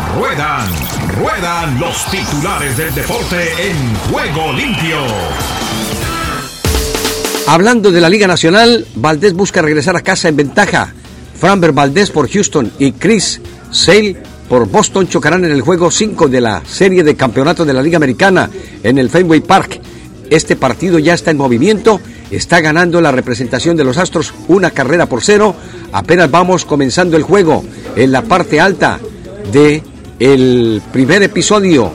Ruedan los titulares del deporte en Juego Limpio. Hablando de la Liga Nacional, Valdés busca regresar a casa en ventaja. Framber Valdés por Houston y Chris Sale por Boston chocarán en el juego 5 de la serie de campeonato de la Liga Americana en el Fenway Park. Este partido ya está en movimiento, está ganando la representación de los Astros 1-0. Apenas vamos comenzando el juego en la parte alta de el primer episodio.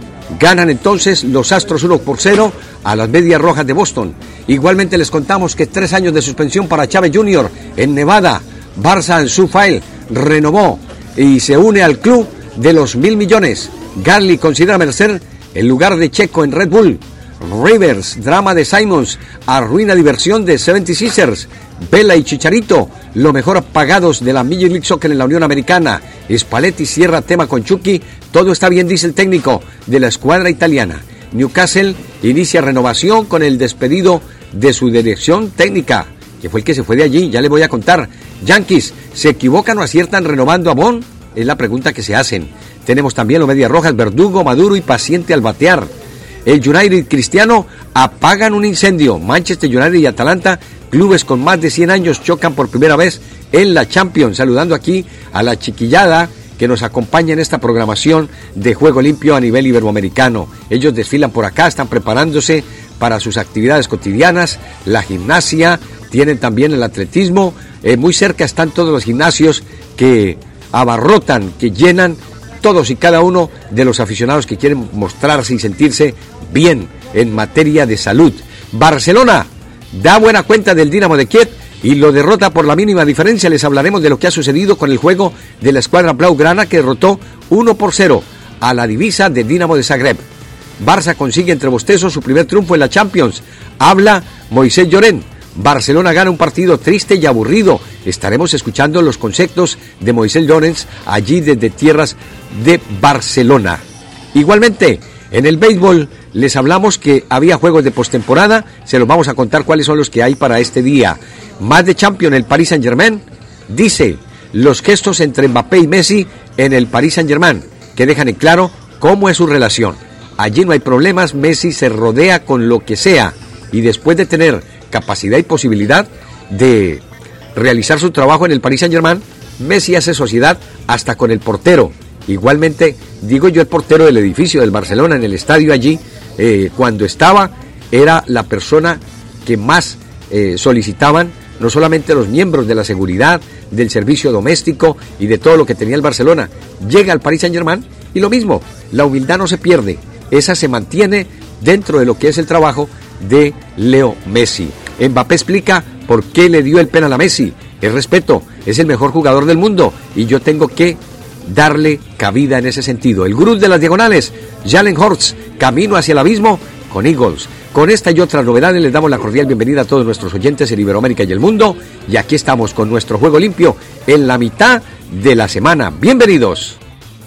Ganan entonces los Astros 1-0 a las Medias Rojas de Boston. Igualmente les contamos que 3 años de suspensión para Chávez Jr. en Nevada. Barça en su file renovó y se une al club de los 1,000 millones. Garly considera merecer el lugar de Checo en Red Bull. Rivers, drama de Simons, arruina diversión de 76ers. Vela y Chicharito, lo mejor pagados de la Major League Soccer en la Unión Americana. Spalletti cierra tema con Chucky. Todo está bien, dice el técnico de la escuadra italiana. Newcastle inicia renovación con el despedido de su dirección técnica, que fue el que se fue de allí, ya le voy a contar. Yankees, ¿se equivocan o aciertan renovando a Bond? Es la pregunta que se hacen. Tenemos también los Medias Rojas, Verdugo, Maduro y paciente al batear. El United Cristiano apagan un incendio. Manchester United y Atalanta, clubes con más de 100 años, chocan por primera vez en la Champions. Saludando aquí a la chiquillada que nos acompaña en esta programación de Juego Limpio a nivel iberoamericano. Ellos desfilan por acá, están preparándose para sus actividades cotidianas, la gimnasia, tienen también el atletismo. Muy cerca están todos los gimnasios que abarrotan, que llenan todos y cada uno de los aficionados que quieren mostrarse y sentirse bien en materia de salud. Barcelona da buena cuenta del Dinamo de Kiev y lo derrota por la mínima diferencia. Les hablaremos de lo que ha sucedido con el juego de la escuadra blaugrana, que derrotó 1-0 a la divisa de Dinamo de Zagreb. Barça consigue entre bostezos su primer triunfo en la Champions. Habla Moisés Llorent. Barcelona gana un partido triste y aburrido. Estaremos escuchando los conceptos de Moisés Llorent allí desde tierras de Barcelona. Igualmente, en el béisbol les hablamos que había juegos de postemporada. Se los vamos a contar cuáles son los que hay para este día. Más de Champions, el Paris Saint-Germain dice los gestos entre Mbappé y Messi en el Paris Saint-Germain, que dejan en claro cómo es su relación. Allí no hay problemas, Messi se rodea con lo que sea y después de tener capacidad y posibilidad de realizar su trabajo en el Paris Saint-Germain, Messi hace sociedad hasta con el portero. Igualmente, digo yo, el portero del edificio del Barcelona en el estadio allí, cuando estaba, era la persona que más solicitaban, no solamente los miembros de la seguridad, del servicio doméstico y de todo lo que tenía el Barcelona. Llega al Paris Saint-Germain y lo mismo, la humildad no se pierde, esa se mantiene dentro de lo que es el trabajo de Leo Messi. Mbappé explica por qué le dio el penal a Messi. El respeto, es el mejor jugador del mundo y yo tengo que darle cabida en ese sentido. El gurú de las diagonales, Jalen Hurts, camino hacia el abismo con Eagles. Con esta y otras novedades les damos la cordial bienvenida a todos nuestros oyentes en Iberoamérica y el mundo, y aquí estamos con nuestro Juego Limpio en la mitad de la semana. Bienvenidos.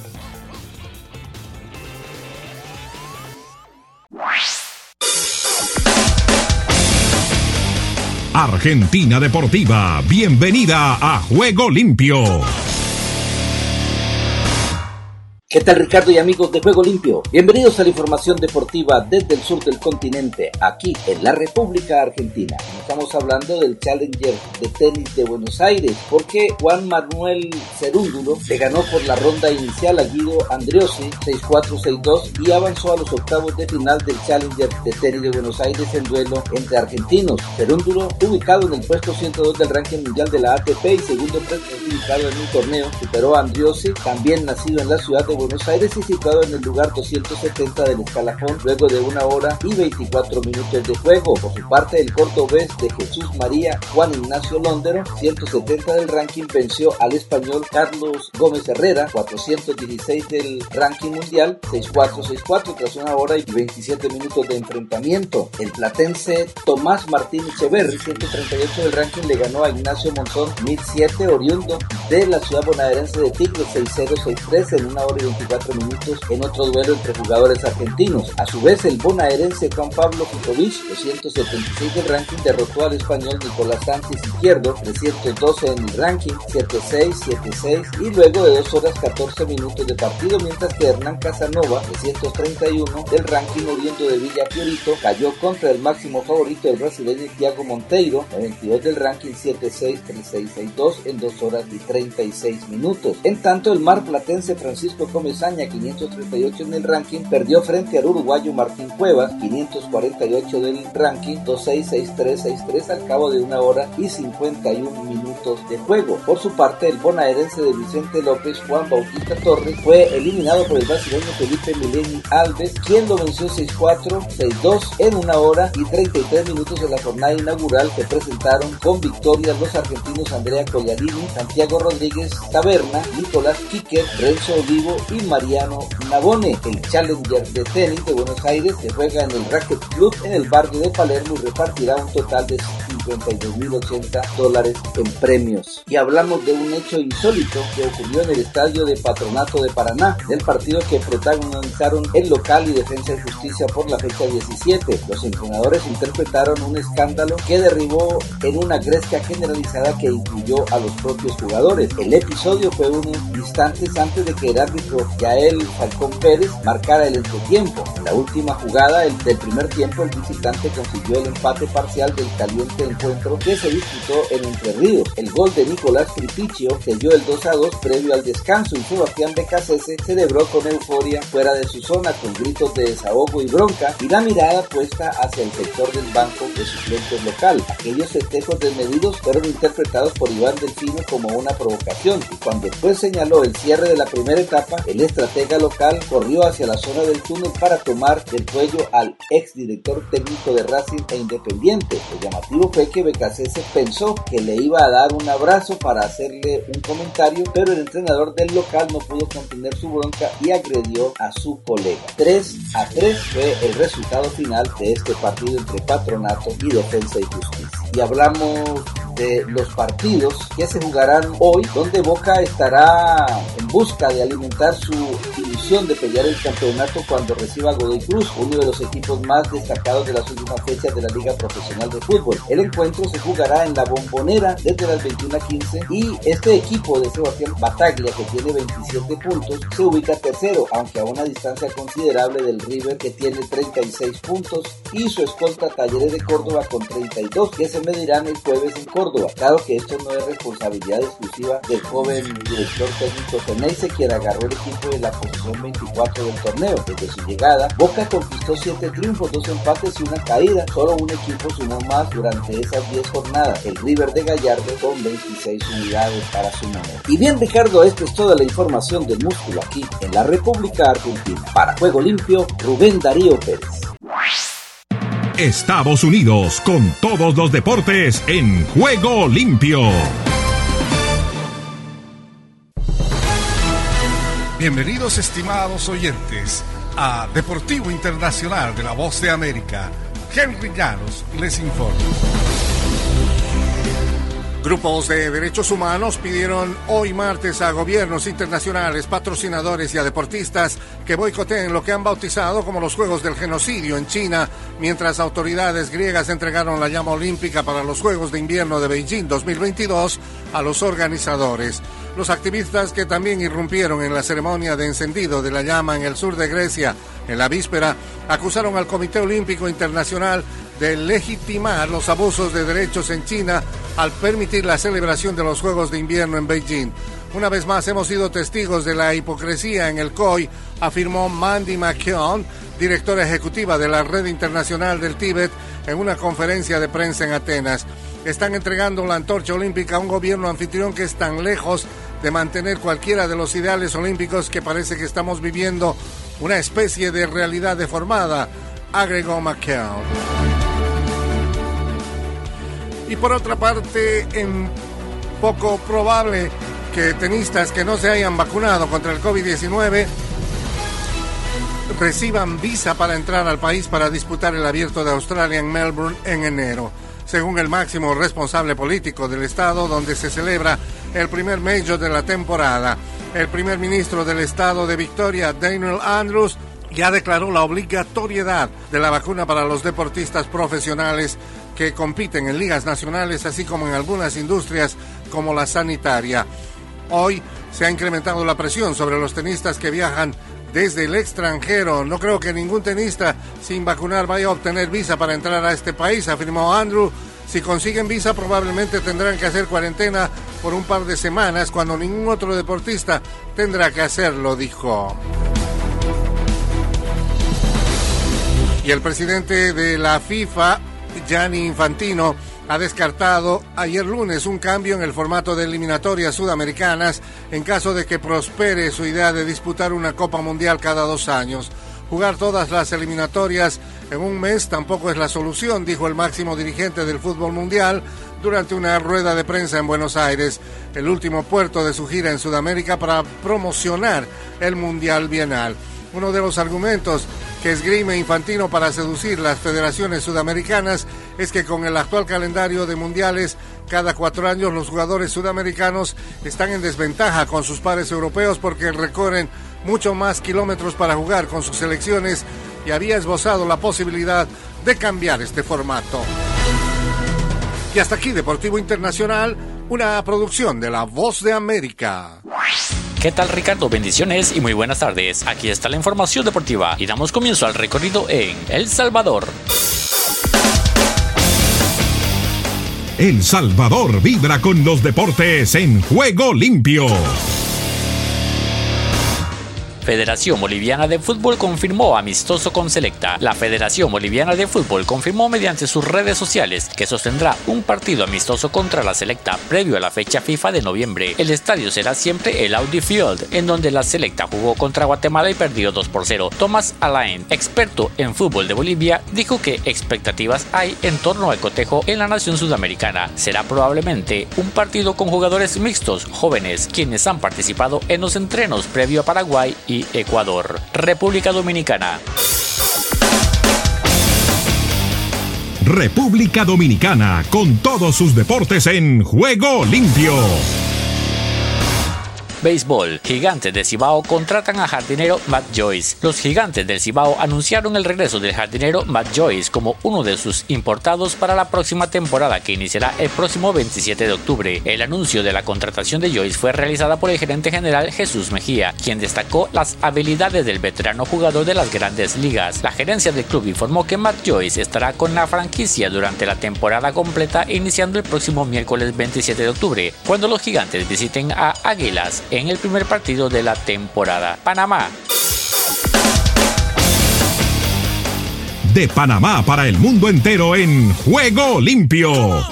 Argentina Deportiva, bienvenida a Juego Limpio. ¿Qué tal, Ricardo y amigos de Juego Limpio? Bienvenidos a la información deportiva desde el sur del continente, aquí en la República Argentina. Estamos hablando del Challenger de tenis de Buenos Aires, porque Juan Manuel Cerúndulo se ganó por la ronda inicial a Guido Andreossi 6-4, 6-2 y avanzó a los octavos de final del Challenger de tenis de Buenos Aires en duelo entre argentinos. Cerúndulo, ubicado en el puesto 102 del ranking mundial de la ATP y segundo clasificado en un torneo, superó a Andreossi, también nacido en la ciudad de Buenos Aires y situado en el lugar 270 del escalafón luego de 1 hora y 24 minutos de juego. Por su parte, el cordobés de Jesús María Juan Ignacio Londero, 170 del ranking, venció al español Carlos Gómez Herrera, 416 del ranking mundial, 6-4, 6-4 tras 1 hora y 27 minutos de enfrentamiento. El platense Tomás Martín Echeverri, 138 del ranking, le ganó a Ignacio Monzón 1007, oriundo de la ciudad bonaerense de Tigre, 6-0, 6-3 en 1 hora y 24 minutos en otro duelo entre jugadores argentinos. A su vez, el bonaerense Juan Pablo Fikovic, 276 del ranking, derrotó al español Nicolás Sánchez Izquierdo, 312 en el ranking, 7-6, 7-6, y luego de 2 horas 14 minutos de partido, mientras que Hernán Casanova, 331 del ranking, oriundo de Villa Fiorito, cayó contra el máximo favorito del brasileño Thiago Monteiro, 22 del ranking, 7-6, 3-6, 6-2 en 2 horas y 36 minutos. En tanto, el marplatense Francisco Comesaña, 538 en el ranking, perdió frente al uruguayo Martín Cuevas, 548 del ranking, 2-6, 6-3, 6-3 al cabo de 1 hora y 51 minutos de juego. Por su parte, el bonaerense de Vicente López, Juan Bautista Torres, fue eliminado por el brasileño Felipe Mileni Alves, quien lo venció 6-4, 6-2 en 1 hora y 33 minutos de la jornada inaugural, que presentaron con victorias los argentinos Andrea Collarini, Santiago Rodríguez Taberna, Nicolás Quiquet, Renzo Olivo y Mariano Navone. El Challenger de tenis de Buenos Aires se juega en el Racket Club en el barrio de Palermo y repartirá un total de $52.080 en premios. Y hablamos de un hecho insólito que ocurrió en el estadio de Patronato de Paraná, del partido que protagonizaron el local y Defensa y Justicia por la fecha 17. Los entrenadores interpretaron un escándalo que derribó en una gresca generalizada que incluyó a los propios jugadores. El episodio fue unos instantes antes de que el árbitro Yael Falcón Pérez marcara el entretiempo. En la última jugada del primer tiempo, el visitante consiguió el empate parcial del caliente encuentro que se disputó en Entre Ríos. El gol de Nicolás Tripicchio selló el 2-2 previo al descanso y Sebastián Becasese celebró con euforia fuera de su zona con gritos de desahogo y bronca y la mirada puesta hacia el sector del banco de suplentes local. Aquellos festejos desmedidos fueron interpretados por Iván Delfino como una provocación, y cuando el juez señaló el cierre de la primera etapa, el estratega local corrió hacia la zona del túnel para tomar del cuello al exdirector técnico de Racing e Independiente. Lo llamativo fue que Becasese pensó que le iba a dar un abrazo para hacerle un comentario, pero el entrenador del local no pudo contener su bronca y agredió a su colega. 3-3 fue el resultado final de este partido entre Patronato y Defensa y Justicia. Y hablamos de los partidos que se jugarán hoy, donde Boca estará en busca de alimentar su ilusión de pelear el campeonato cuando reciba a Godoy Cruz, uno de los equipos más destacados de las últimas fechas de la Liga Profesional de Fútbol. El encuentro se jugará en la Bombonera desde las 21:15 y este equipo de Sebastián Bataglia, que tiene 27 puntos, se ubica tercero, aunque a una distancia considerable del River, que tiene 36 puntos, y su escolta Talleres de Córdoba con 32, que se medirán el jueves en Córdoba. Claro que esto no es responsabilidad exclusiva del joven director técnico Teneise, quien agarró el equipo de la posición 24 del torneo. Desde su llegada, Boca conquistó 7 triunfos, 2 empates y una caída. Solo un equipo sumó más durante esas 10 jornadas, el River de Gallardo, con 26 unidades para su moneda. Y bien, Ricardo, esta es toda la información del músculo aquí en la República Argentina. Para Juego Limpio, Rubén Darío Pérez. Estados Unidos, con todos los deportes en Juego Limpio. Bienvenidos, estimados oyentes, a Deportivo Internacional de la Voz de América. Henry Llanos les informa. Grupos de derechos humanos pidieron hoy martes a gobiernos internacionales, patrocinadores y a deportistas que boicoteen lo que han bautizado como los Juegos del Genocidio en China, mientras autoridades griegas entregaron la llama olímpica para los Juegos de Invierno de Beijing 2022 a los organizadores. Los activistas, que también irrumpieron en la ceremonia de encendido de la llama en el sur de Grecia en la víspera, acusaron al Comité Olímpico Internacional de legitimar los abusos de derechos en China al permitir la celebración de los Juegos de Invierno en Beijing. Una vez más hemos sido testigos de la hipocresía en el COI, afirmó Mandy McKeown, directora ejecutiva de la Red Internacional del Tíbet, en una conferencia de prensa en Atenas. Están entregando la antorcha olímpica a un gobierno anfitrión que es tan lejos de mantener cualquiera de los ideales olímpicos que parece que estamos viviendo una especie de realidad deformada, agregó McKeown. Y por otra parte, en poco probable que tenistas que no se hayan vacunado contra el COVID-19 reciban visa para entrar al país para disputar el Abierto de Australia en Melbourne en enero. Según el máximo responsable político del estado donde se celebra el primer Major de la temporada, El primer ministro del estado de Victoria, Daniel Andrews, ya declaró la obligatoriedad de la vacuna para los deportistas profesionales que compiten en ligas nacionales, así como en algunas industrias como la sanitaria. Hoy se ha incrementado la presión sobre los tenistas que viajan desde el extranjero. No creo que ningún tenista sin vacunar vaya a obtener visa para entrar a este país, afirmó Andrew. Si consiguen visa, probablemente tendrán que hacer cuarentena por un par de semanas, cuando ningún otro deportista tendrá que hacerlo, dijo. Y el presidente de la FIFA, Gianni Infantino, ha descartado ayer lunes un cambio en el formato de eliminatorias sudamericanas en caso de que prospere su idea de disputar una Copa Mundial cada 2 años. Jugar todas las eliminatorias en un mes tampoco es la solución, dijo el máximo dirigente del fútbol mundial durante una rueda de prensa en Buenos Aires, el último puerto de su gira en Sudamérica para promocionar el Mundial Bienal. Uno de los argumentos que esgrime Infantino para seducir las federaciones sudamericanas es que con el actual calendario de mundiales, cada 4 años los jugadores sudamericanos están en desventaja con sus pares europeos porque recorren mucho más kilómetros para jugar con sus selecciones, y había esbozado la posibilidad de cambiar este formato. Y hasta aquí Deportivo Internacional, una producción de La Voz de América. ¿Qué tal, Ricardo? Bendiciones y muy buenas tardes. Aquí está la información deportiva y damos comienzo al recorrido en El Salvador. El Salvador vibra con los deportes en Juego Limpio. Federación Boliviana de Fútbol confirmó amistoso con Selecta. La Federación Boliviana de Fútbol confirmó mediante sus redes sociales que sostendrá un partido amistoso contra la Selecta previo a la fecha FIFA de noviembre. El estadio será siempre el Audi Field, en donde la Selecta jugó contra Guatemala y perdió 2-0. Tomás Alain, experto en fútbol de Bolivia, dijo que expectativas hay en torno al cotejo en la nación sudamericana. Será probablemente un partido con jugadores mixtos, jóvenes, quienes han participado en los entrenos previo a Paraguay y Ecuador. República Dominicana. República Dominicana, con todos sus deportes en Juego Limpio. Béisbol. Gigantes de Cibao contratan a jardinero Matt Joyce. Los Gigantes del Cibao anunciaron el regreso del jardinero Matt Joyce como uno de sus importados para la próxima temporada, que iniciará el próximo 27 de octubre. El anuncio de la contratación de Joyce fue realizada por el gerente general Jesús Mejía, quien destacó las habilidades del veterano jugador de las Grandes Ligas. La gerencia del club informó que Matt Joyce estará con la franquicia durante la temporada completa, iniciando el próximo miércoles 27 de octubre, cuando los Gigantes visiten a Águilas en el primer partido de la temporada. Panamá. De Panamá para el mundo entero en Juego Limpio.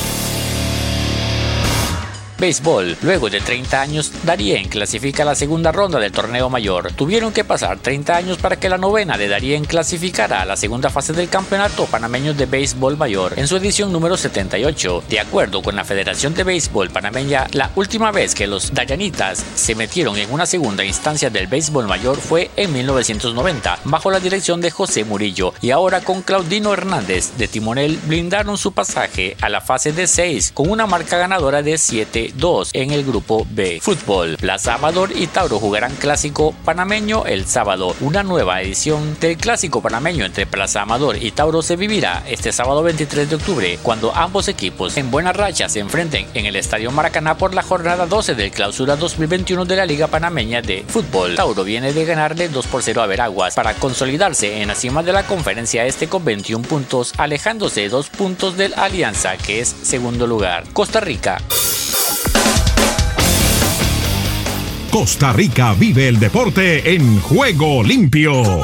Béisbol. Luego de 30 años, Darién clasifica a la segunda ronda del torneo mayor. Tuvieron que pasar 30 años para que la novena de Darién clasificara a la segunda fase del campeonato panameño de béisbol mayor, en su edición número 78. De acuerdo con la Federación de Béisbol Panameña, la última vez que los darianitas se metieron en una segunda instancia del béisbol mayor fue en 1990, bajo la dirección de José Murillo, y ahora con Claudino Hernández de timonel blindaron su pasaje a la fase de 6 con una marca ganadora de 7-2 en el grupo B. Fútbol. Plaza Amador y Tauro jugarán clásico panameño el sábado. Una nueva edición del clásico panameño entre Plaza Amador y Tauro se vivirá este sábado 23 de octubre, cuando ambos equipos en buena racha se enfrenten en el Estadio Maracaná por la jornada 12 del Clausura 2021 de la Liga Panameña de Fútbol. Tauro viene de ganarle 2-0 a Veraguas para consolidarse en la cima de la Conferencia Este con 21 puntos, alejándose 2 puntos del Alianza, que es segundo lugar. Costa Rica. Costa Rica vive el deporte en Juego Limpio.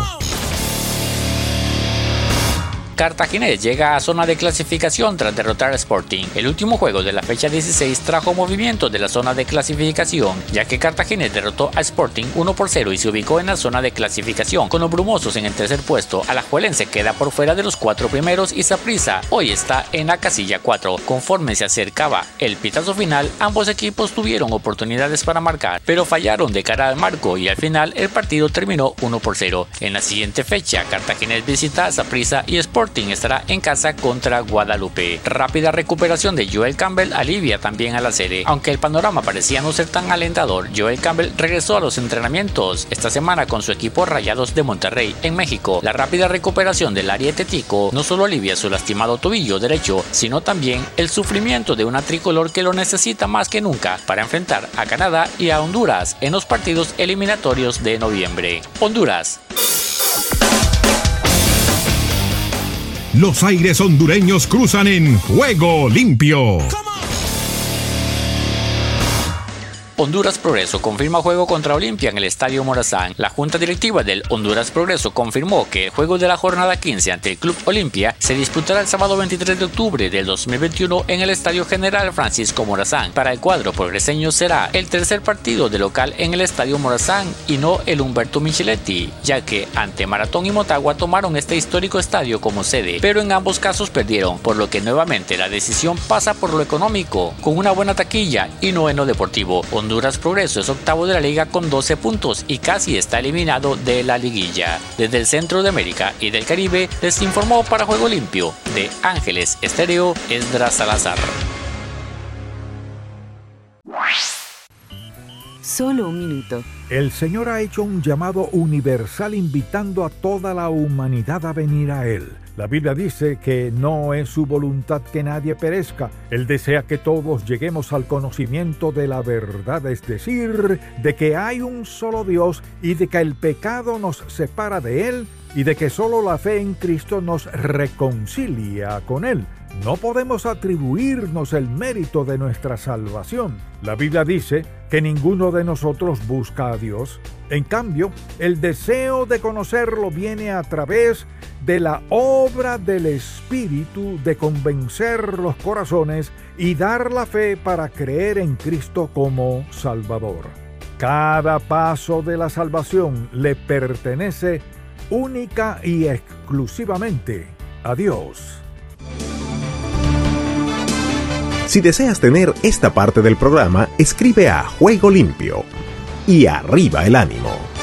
Cartaginés llega a zona de clasificación tras derrotar a Sporting. El último juego de la fecha 16 trajo movimiento de la zona de clasificación, ya que Cartaginés derrotó a Sporting 1-0 y se ubicó en la zona de clasificación, con los brumosos en el tercer puesto. Alajuelense queda por fuera de los 4 primeros y Saprissa hoy está en la casilla 4. Conforme se acercaba el pitazo final, ambos equipos tuvieron oportunidades para marcar, pero fallaron de cara al marco y al final el partido terminó 1-0. En la siguiente fecha, Cartaginés visita a Saprissa y Sporting Sporting estará en casa contra Guadalupe. Rápida recuperación de Joel Campbell alivia también a la sede. Aunque el panorama parecía no ser tan alentador, Joel Campbell regresó a los entrenamientos esta semana con su equipo Rayados de Monterrey en México. La rápida recuperación del ariete tico no solo alivia su lastimado tobillo derecho, sino también el sufrimiento de una tricolor que lo necesita más que nunca para enfrentar a Canadá y a Honduras en los partidos eliminatorios de noviembre. Honduras. Los aires hondureños cruzan en Juego Limpio. Honduras Progreso confirma juego contra Olimpia en el Estadio Morazán. La junta directiva del Honduras Progreso confirmó que el juego de la jornada 15 ante el Club Olimpia se disputará el sábado 23 de octubre del 2021 en el Estadio General Francisco Morazán. Para el cuadro progreseño será el tercer partido de local en el Estadio Morazán y no el Humberto Micheletti, ya que ante Maratón y Motagua tomaron este histórico estadio como sede, pero en ambos casos perdieron, por lo que nuevamente la decisión pasa por lo económico, con una buena taquilla y no en lo deportivo. Honduras Progreso es octavo de la liga con 12 puntos y casi está eliminado de la liguilla. Desde el centro de América y del Caribe les informó para Juego Limpio de Ángeles Estéreo, Esdras Salazar. Solo un minuto. El Señor ha hecho un llamado universal invitando a toda la humanidad a venir a Él. La Biblia dice que no es su voluntad que nadie perezca. Él desea que todos lleguemos al conocimiento de la verdad, es decir, de que hay un solo Dios y de que el pecado nos separa de Él y de que solo la fe en Cristo nos reconcilia con Él. No podemos atribuirnos el mérito de nuestra salvación. La Biblia dice que ninguno de nosotros busca a Dios. En cambio, el deseo de conocerlo viene a través de la obra del Espíritu de convencer los corazones y dar la fe para creer en Cristo como Salvador. Cada paso de la salvación le pertenece única y exclusivamente a Dios. Si deseas tener esta parte del programa, escribe a Juego Limpio. Y arriba el ánimo.